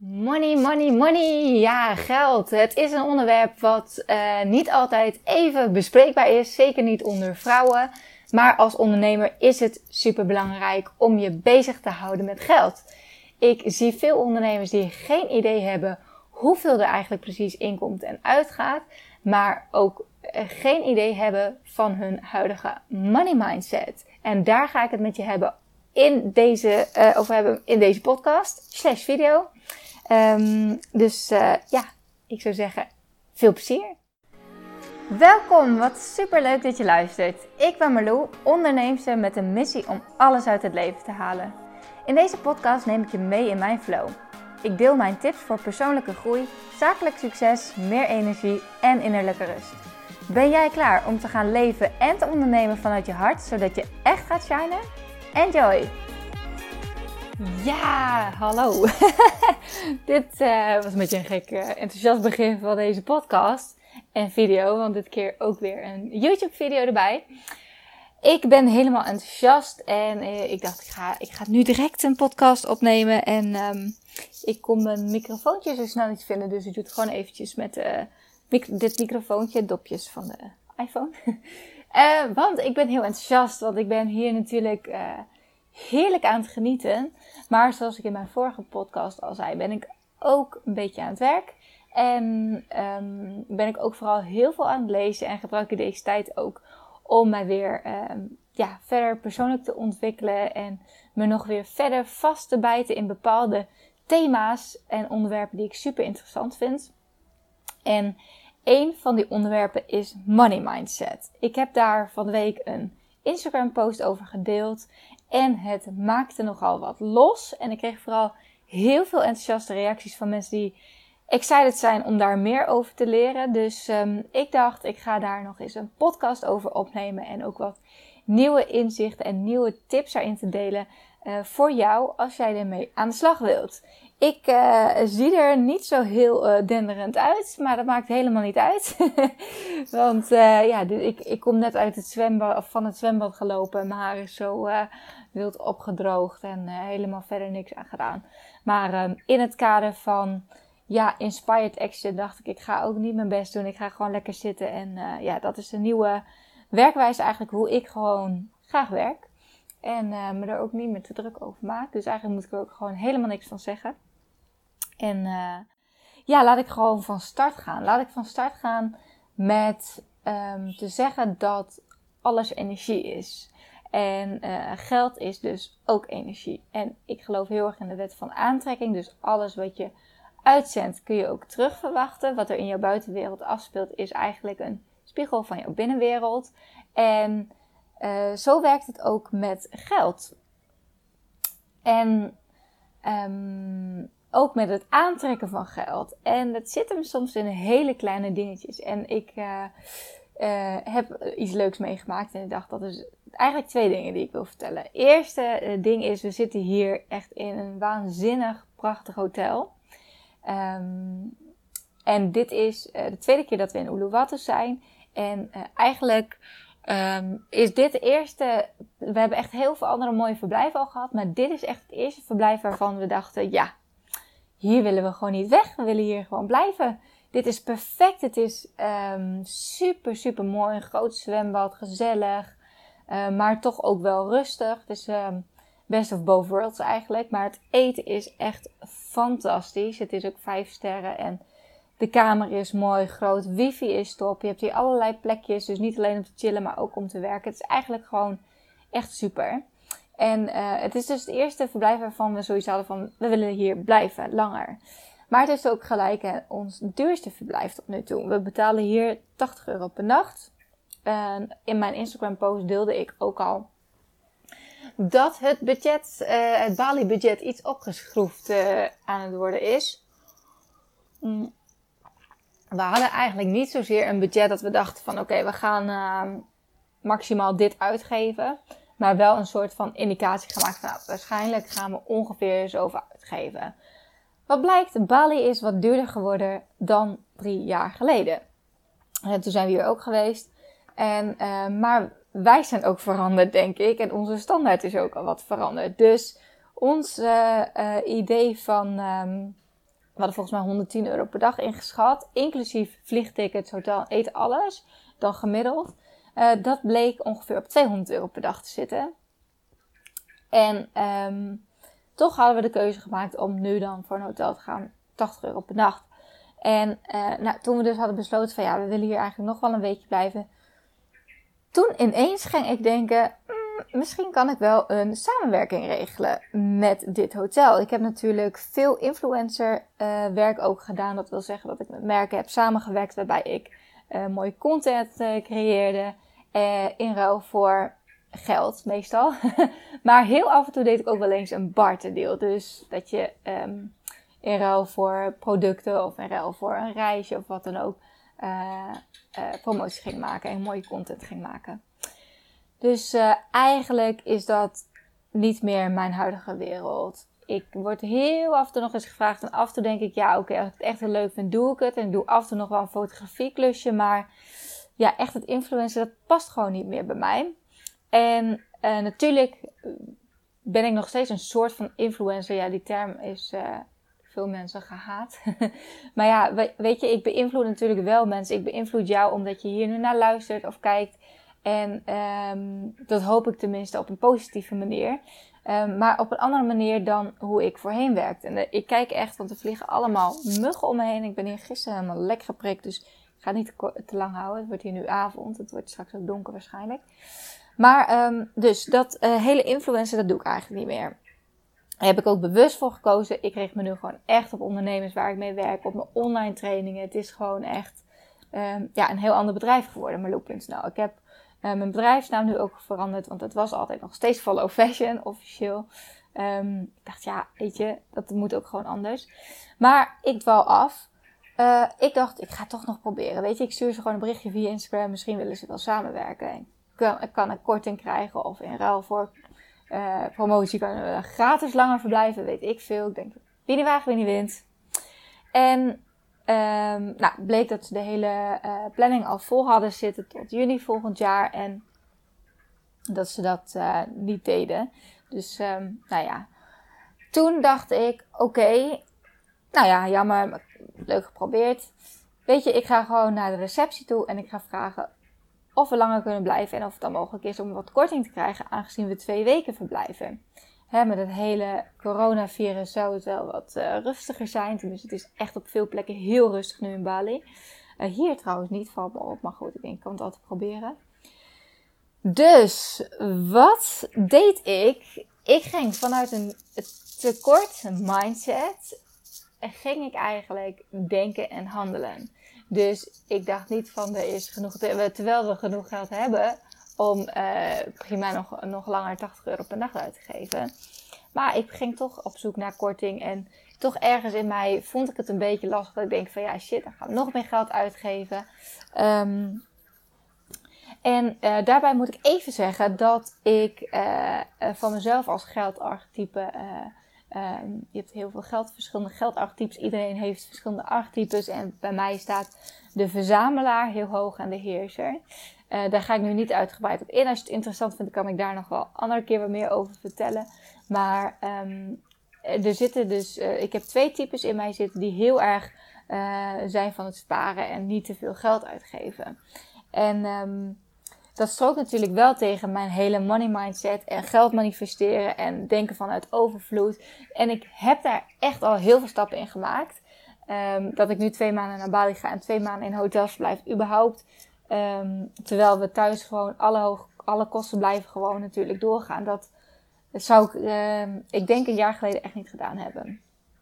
Money, money, money. Ja, geld. Het is een onderwerp wat niet altijd even bespreekbaar is. Zeker niet onder vrouwen. Maar als ondernemer is het superbelangrijk om je bezig te houden met geld. Ik zie veel ondernemers die geen idee hebben hoeveel er eigenlijk precies inkomt en uitgaat. Maar ook geen idee hebben van hun huidige money mindset. En daar ga ik het met je hebben in deze podcast / video. Ik zou zeggen, veel plezier. Welkom, wat superleuk dat je luistert. Ik ben Marlou, onderneemster met een missie om alles uit het leven te halen. In deze podcast neem ik je mee in mijn flow. Ik deel mijn tips voor persoonlijke groei, zakelijk succes, meer energie en innerlijke rust. Ben jij klaar om te gaan leven en te ondernemen vanuit je hart, zodat je echt gaat shinen? Enjoy! Ja, hallo. Dit was een beetje een gek enthousiast begin van deze podcast en video, want dit keer ook weer een YouTube video erbij. Ik ben helemaal enthousiast en ik dacht ik ga nu direct een podcast opnemen en ik kon mijn microfoontje zo snel niet vinden, dus ik doe het gewoon eventjes met dit microfoontje, dopjes van de iPhone. Want ik ben heel enthousiast, want ik ben hier natuurlijk heerlijk aan het genieten. Maar zoals ik in mijn vorige podcast al zei, ben ik ook een beetje aan het werk. En ben ik ook vooral heel veel aan het lezen en gebruik ik deze tijd ook om mij weer verder persoonlijk te ontwikkelen. En me nog weer verder vast te bijten in bepaalde thema's en onderwerpen die ik super interessant vind. En een van die onderwerpen is money mindset. Ik heb daar van de week een Instagram post over gedeeld. En het maakte nogal wat los. En ik kreeg vooral heel veel enthousiaste reacties van mensen die excited zijn om daar meer over te leren. Dus ik dacht, ik ga daar nog eens een podcast over opnemen. En ook wat nieuwe inzichten en nieuwe tips daarin te delen voor jou als jij ermee aan de slag wilt. Ik zie er niet zo heel denderend uit, maar dat maakt helemaal niet uit. Want ik kom net uit het zwembad, of van het zwembad gelopen. Mijn haar is zo wild opgedroogd en helemaal verder niks aan gedaan. Maar in het kader van inspired action dacht ik ga ook niet mijn best doen. Ik ga gewoon lekker zitten en dat is de nieuwe werkwijze eigenlijk hoe ik gewoon graag werk. En me er ook niet meer te druk over maak. Dus eigenlijk moet ik er ook gewoon helemaal niks van zeggen. En laat ik gewoon van start gaan. Laat ik van start gaan met te zeggen dat alles energie is. En geld is dus ook energie. En ik geloof heel erg in de wet van aantrekking. Dus alles wat je uitzendt kun je ook terugverwachten. Wat er in jouw buitenwereld afspeelt is eigenlijk een spiegel van jouw binnenwereld. En zo werkt het ook met geld. En ook met het aantrekken van geld. En dat zit hem soms in hele kleine dingetjes. En ik heb iets leuks meegemaakt. En ik dacht, dat is eigenlijk 2 dingen die ik wil vertellen. Eerste ding is, we zitten hier echt in een waanzinnig prachtig hotel. En dit is de 2e keer dat we in Uluwatu zijn. En eigenlijk is dit de eerste. We hebben echt heel veel andere mooie verblijven al gehad. Maar dit is echt het eerste verblijf waarvan we dachten, hier willen we gewoon niet weg. We willen hier gewoon blijven. Dit is perfect. Het is super, super mooi. Een groot zwembad, gezellig. Maar toch ook wel rustig. Het is best of both worlds eigenlijk. Maar het eten is echt fantastisch. Het is ook 5 sterren en de kamer is mooi, groot, wifi is top. Je hebt hier allerlei plekjes, dus niet alleen om te chillen, maar ook om te werken. Het is eigenlijk gewoon echt super. En het is dus het eerste verblijf waarvan we zoiets hadden van, we willen hier blijven, langer. Maar het is ook gelijk ons duurste verblijf tot nu toe. We betalen hier €80 per nacht. In mijn Instagram post deelde ik ook al dat het budget, het Bali budget iets opgeschroefd aan het worden is. We hadden eigenlijk niet zozeer een budget dat we dachten van oké, we gaan maximaal dit uitgeven. Maar wel een soort van indicatie gemaakt van waarschijnlijk gaan we ongeveer zoveel uitgeven. Wat blijkt, Bali is wat duurder geworden dan 3 jaar geleden. En toen zijn we hier ook geweest. Maar wij zijn ook veranderd, denk ik. En onze standaard is ook al wat veranderd. Dus ons idee van We hadden volgens mij 110 euro per dag ingeschat. Inclusief vliegtickets, hotel, eten, alles. Dan gemiddeld. Dat bleek ongeveer op 200 euro per dag te zitten. En toch hadden we de keuze gemaakt om nu dan voor een hotel te gaan. 80 euro per nacht. En toen we dus hadden besloten van we willen hier eigenlijk nog wel een weekje blijven. Toen ineens ging ik denken, misschien kan ik wel een samenwerking regelen met dit hotel. Ik heb natuurlijk veel influencer werk ook gedaan. Dat wil zeggen dat ik met merken heb samengewerkt waarbij ik mooie content creëerde. In ruil voor geld meestal. Maar heel af en toe deed ik ook wel eens een barterdeal. Dus dat je in ruil voor producten of in ruil voor een reisje of wat dan ook promotie ging maken en mooie content ging maken. Dus eigenlijk is dat niet meer mijn huidige wereld. Ik word heel af en toe nog eens gevraagd en af en toe denk ik, als ik het echt heel leuk vind, doe ik het. En ik doe af en toe nog wel een fotografieklusje, maar echt het influencer, dat past gewoon niet meer bij mij. En natuurlijk ben ik nog steeds een soort van influencer. Die term is veel mensen gehaat. Maar weet je, ik beïnvloed natuurlijk wel mensen. Ik beïnvloed jou omdat je hier nu naar luistert of kijkt. En dat hoop ik tenminste op een positieve manier. Maar op een andere manier dan hoe ik voorheen werkte. En ik kijk echt, want er vliegen allemaal muggen om me heen. Ik ben hier gisteren helemaal lek geprikt, dus ik ga het niet te lang houden. Het wordt hier nu avond. Het wordt straks ook donker waarschijnlijk. Maar dus dat hele influencer, dat doe ik eigenlijk niet meer. Daar heb ik ook bewust voor gekozen. Ik richt me nu gewoon echt op ondernemers waar ik mee werk. Op mijn online trainingen. Het is gewoon echt een heel ander bedrijf geworden. Marloes.nl. Ik heb mijn bedrijfsnaam nu ook veranderd. Want het was altijd nog steeds Follow Fashion officieel. Ik dacht weet je, dat moet ook gewoon anders. Maar ik dwaal af. Ik dacht, ik ga het toch nog proberen. Weet je, ik stuur ze gewoon een berichtje via Instagram. Misschien willen ze wel samenwerken. Kan ik korting krijgen of in ruil voor promotie kunnen we gratis langer verblijven, weet ik veel. Ik denk, wie niet waagt, wie niet wint. En bleek dat ze de hele planning al vol hadden zitten tot juni volgend jaar. En dat ze dat niet deden. Dus toen dacht ik, oké, jammer, leuk geprobeerd. Weet je, ik ga gewoon naar de receptie toe en ik ga vragen of we langer kunnen blijven en of het dan mogelijk is om wat korting te krijgen, aangezien we 2 weken verblijven. Met het hele coronavirus zou het wel wat rustiger zijn. Tenminste, het is echt op veel plekken heel rustig nu in Bali. Hier trouwens niet, valt me op. Maar goed, ik denk, ik kan het altijd proberen. Dus, wat deed ik? Ik ging vanuit een tekort mindset, ging ik eigenlijk denken en handelen. Dus ik dacht niet van er is genoeg, terwijl we genoeg geld hebben om prima nog langer 80 euro per nacht uit te geven. Maar ik ging toch op zoek naar korting en toch ergens in mij vond ik het een beetje lastig. Dat ik denk van shit, dan gaan we nog meer geld uitgeven. Daarbij moet ik even zeggen dat ik van mezelf als geldarchetype, je hebt heel veel verschillende geldarchetypes. Iedereen heeft verschillende archetypes. En bij mij staat de verzamelaar heel hoog en de heerser. Daar ga ik nu niet uitgebreid op in. Als je het interessant vindt, kan ik daar nog wel een andere keer wat meer over vertellen. Maar er zitten dus, ik heb 2 types in mij zitten die heel erg zijn van het sparen en niet te veel geld uitgeven. En dat strookt natuurlijk wel tegen mijn hele money mindset en geld manifesteren en denken vanuit overvloed. En ik heb daar echt al heel veel stappen in gemaakt. Dat ik nu 2 maanden naar Bali ga en 2 maanden in hotels blijf überhaupt. Terwijl we thuis gewoon alle kosten blijven gewoon natuurlijk doorgaan. Dat zou ik denk een jaar geleden echt niet gedaan hebben.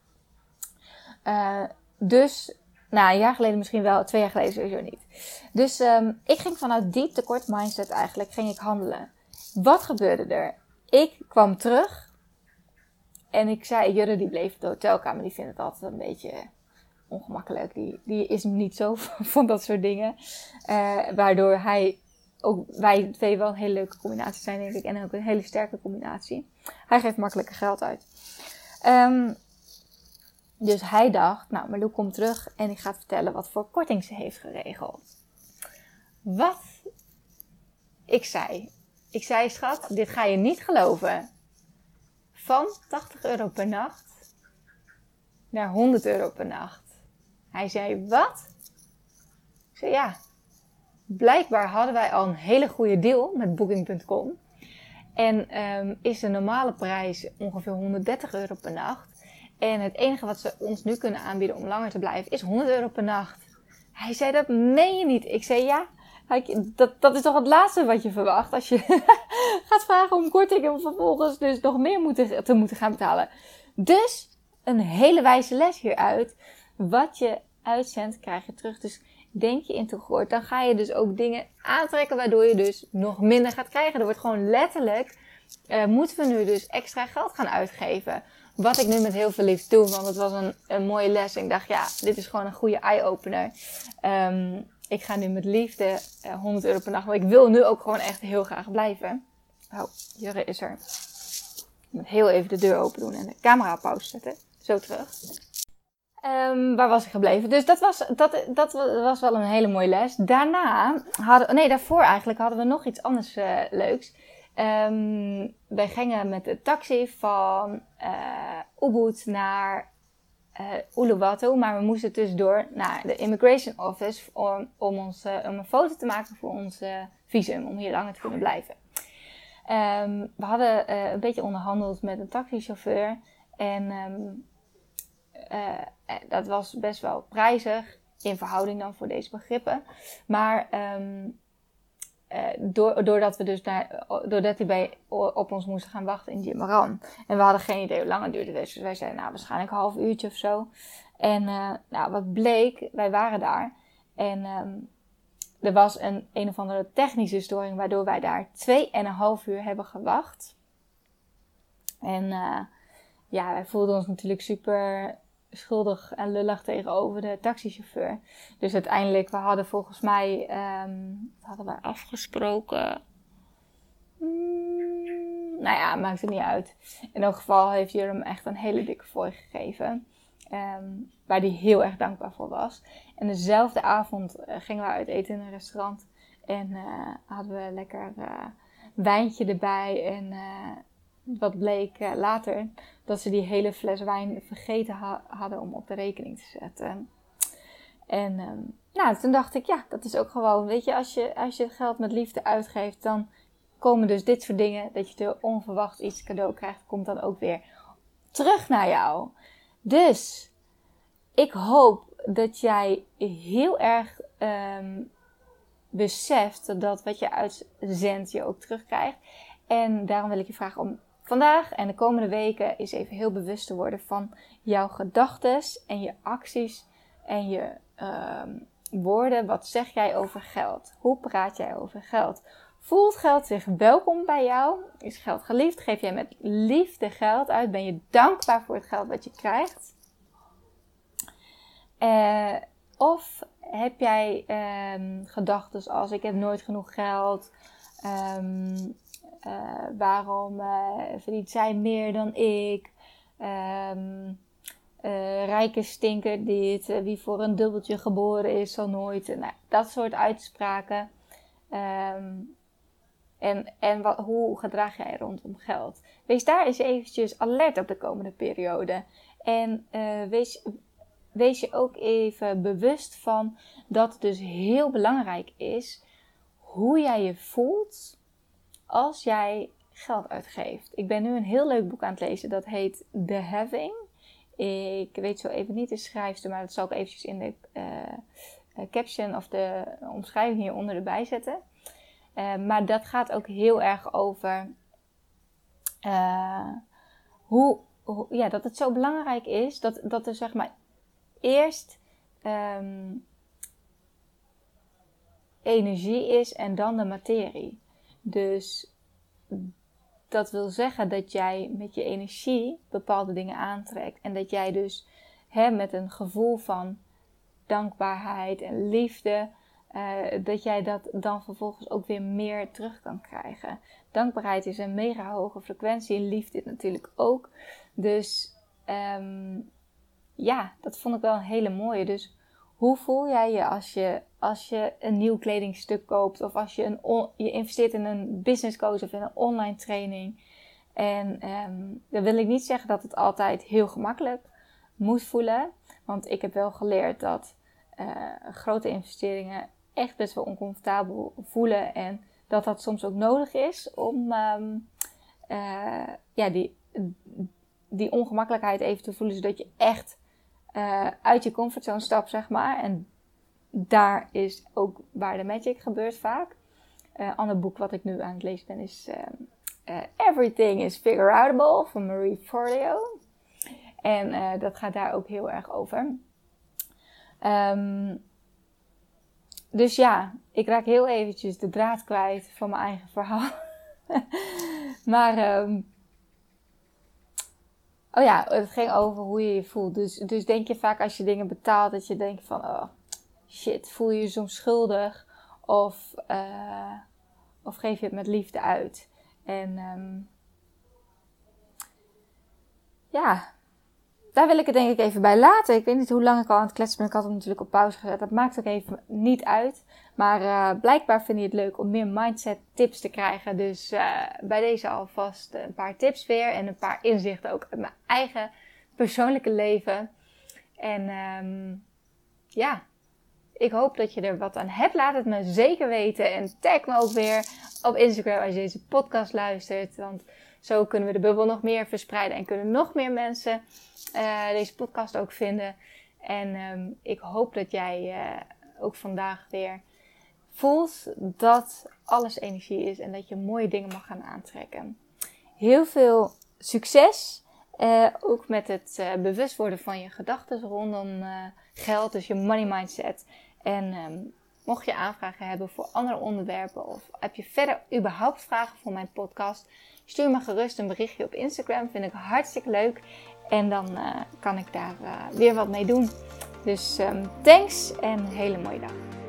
Dus een jaar geleden misschien wel, 2 jaar geleden sowieso niet. Dus ik ging vanuit die tekort mindset eigenlijk, ging ik handelen. Wat gebeurde er? Ik kwam terug en ik zei, Jurre die bleef op de hotelkamer, die vindt het altijd een beetje ongemakkelijk. Die is niet zo van dat soort dingen. Waardoor wij 2 wel een hele leuke combinatie zijn denk ik en ook een hele sterke combinatie. Hij geeft makkelijker geld uit. Dus hij dacht, Marloes komt terug en ik ga vertellen wat voor korting ze heeft geregeld. Wat? Ik zei, schat, dit ga je niet geloven. Van 80 euro per nacht naar €100 per nacht. Hij zei, wat? Ik zei, ja. Blijkbaar hadden wij al een hele goede deal met Booking.com. En is de normale prijs ongeveer €130 per nacht. En het enige wat ze ons nu kunnen aanbieden om langer te blijven is €100 per nacht. Hij zei, dat meen je niet. Ik zei, ja. Dat is toch het laatste wat je verwacht als je gaat vragen om korting en vervolgens dus nog meer te moeten gaan betalen. Dus een hele wijze les hieruit. Wat je uitzendt, krijg je terug. Dus denk je in tekort, dan ga je dus ook dingen aantrekken waardoor je dus nog minder gaat krijgen. Er wordt gewoon letterlijk, moeten we nu dus extra geld gaan uitgeven. Wat ik nu met heel veel liefde doe, want het was een mooie les. En ik dacht, ja, dit is gewoon een goede eye-opener. Ik ga nu met liefde €100 per nacht. Want ik wil nu ook gewoon echt heel graag blijven. Oh, Jurre is er. Ik moet heel even de deur open doen en de camera op pauze zetten. Zo terug. Waar was ik gebleven? Dus dat was wel een hele mooie les. Daarvoor eigenlijk hadden we nog iets anders leuks. Wij gingen met de taxi van Ubud naar Uluwatu, maar we moesten tussendoor naar de immigration office om een foto te maken voor ons visum, om hier langer te kunnen blijven. We hadden een beetje onderhandeld met een taxichauffeur en dat was best wel prijzig in verhouding dan voor deze begrippen. Maar doordat hij op ons moest gaan wachten in Jimbaran. En we hadden geen idee hoe lang het duurde. Dus wij zeiden, waarschijnlijk een half uurtje of zo. En wat bleek, wij waren daar. En er was een of andere technische storing, waardoor wij daar 2,5 uur hebben gewacht. En wij voelden ons natuurlijk super schuldig en lullig tegenover de taxichauffeur. Dus uiteindelijk, we hadden volgens mij, hadden we afgesproken. Maakt het niet uit. In elk geval heeft Jurre hem echt een hele dikke fooi gegeven. Waar hij heel erg dankbaar voor was. En dezelfde avond gingen we uit eten in een restaurant. En hadden we lekker wijntje erbij. En wat bleek later, dat ze die hele fles wijn vergeten hadden om op de rekening te zetten. En toen dacht ik, ja, dat is ook gewoon, weet je, als je geld met liefde uitgeeft, dan komen dus dit soort dingen, dat je te onverwacht iets cadeau krijgt, komt dan ook weer terug naar jou. Dus ik hoop dat jij heel erg beseft dat wat je uitzendt je ook terugkrijgt. En daarom wil ik je vragen om vandaag en de komende weken eens even heel bewust te worden van jouw gedachtes en je acties en je woorden. Wat zeg jij over geld? Hoe praat jij over geld? Voelt geld zich welkom bij jou? Is geld geliefd? Geef jij met liefde geld uit? Ben je dankbaar voor het geld wat je krijgt? Of heb jij gedachtes als ik heb nooit genoeg geld? Waarom verdient zij meer dan ik? Rijke stinker dit. Wie voor een dubbeltje geboren is, zal nooit. Dat soort uitspraken. Hoe gedraag jij rondom geld? Wees daar eens eventjes alert op de komende periode. En wees je ook even bewust van dat het dus heel belangrijk is hoe jij je voelt als jij geld uitgeeft. Ik ben nu een heel leuk boek aan het lezen. Dat heet The Having. Ik weet zo even niet de schrijfster, maar dat zal ik eventjes in de caption of de omschrijving hieronder erbij zetten. Maar dat gaat ook heel erg over dat het zo belangrijk is dat er zeg maar eerst energie is en dan de materie. Dus dat wil zeggen dat jij met je energie bepaalde dingen aantrekt. En dat jij dus met een gevoel van dankbaarheid en liefde, dat jij dat dan vervolgens ook weer meer terug kan krijgen. Dankbaarheid is een mega hoge frequentie en liefde natuurlijk ook. Dus dat vond ik wel een hele mooie. Dus hoe voel jij je als je een nieuw kledingstuk koopt? Of als je je investeert in een business coach of in een online training? En dan wil ik niet zeggen dat het altijd heel gemakkelijk moet voelen. Want ik heb wel geleerd dat grote investeringen echt best wel oncomfortabel voelen. En dat dat soms ook nodig is om die ongemakkelijkheid even te voelen. Zodat je echt uit je comfortzone stapt, zeg maar. En daar is ook waar de magic gebeurt vaak. Een ander boek wat ik nu aan het lezen ben is Everything is Figure-outable van Marie Forleo. En dat gaat daar ook heel erg over. Dus ja, ik raak heel eventjes de draad kwijt van mijn eigen verhaal. Maar het ging over hoe je je voelt. Dus denk je vaak als je dingen betaalt dat je denkt van, oh shit, voel je je soms schuldig? Of geef je het met liefde uit? En daar wil ik het denk ik even bij laten. Ik weet niet hoe lang ik al aan het kletsen ben. Ik had hem natuurlijk op pauze gezet. Dat maakt ook even niet uit. Maar blijkbaar vind je het leuk om meer mindset tips te krijgen. Dus bij deze alvast een paar tips weer. En een paar inzichten ook uit mijn eigen persoonlijke leven. En ik hoop dat je er wat aan hebt. Laat het me zeker weten. En tag me ook weer op Instagram als je deze podcast luistert. Want zo kunnen we de bubbel nog meer verspreiden. En kunnen nog meer mensen deze podcast ook vinden. En ik hoop dat jij ook vandaag weer voelt dat alles energie is. En dat je mooie dingen mag gaan aantrekken. Heel veel succes. Ook met het bewust worden van je gedachten rondom geld. Dus je money mindset. En mocht je aanvragen hebben voor andere onderwerpen. Of heb je verder überhaupt vragen voor mijn podcast. Stuur me gerust een berichtje op Instagram. Vind ik hartstikke leuk. En dan kan ik daar weer wat mee doen. Dus thanks en een hele mooie dag.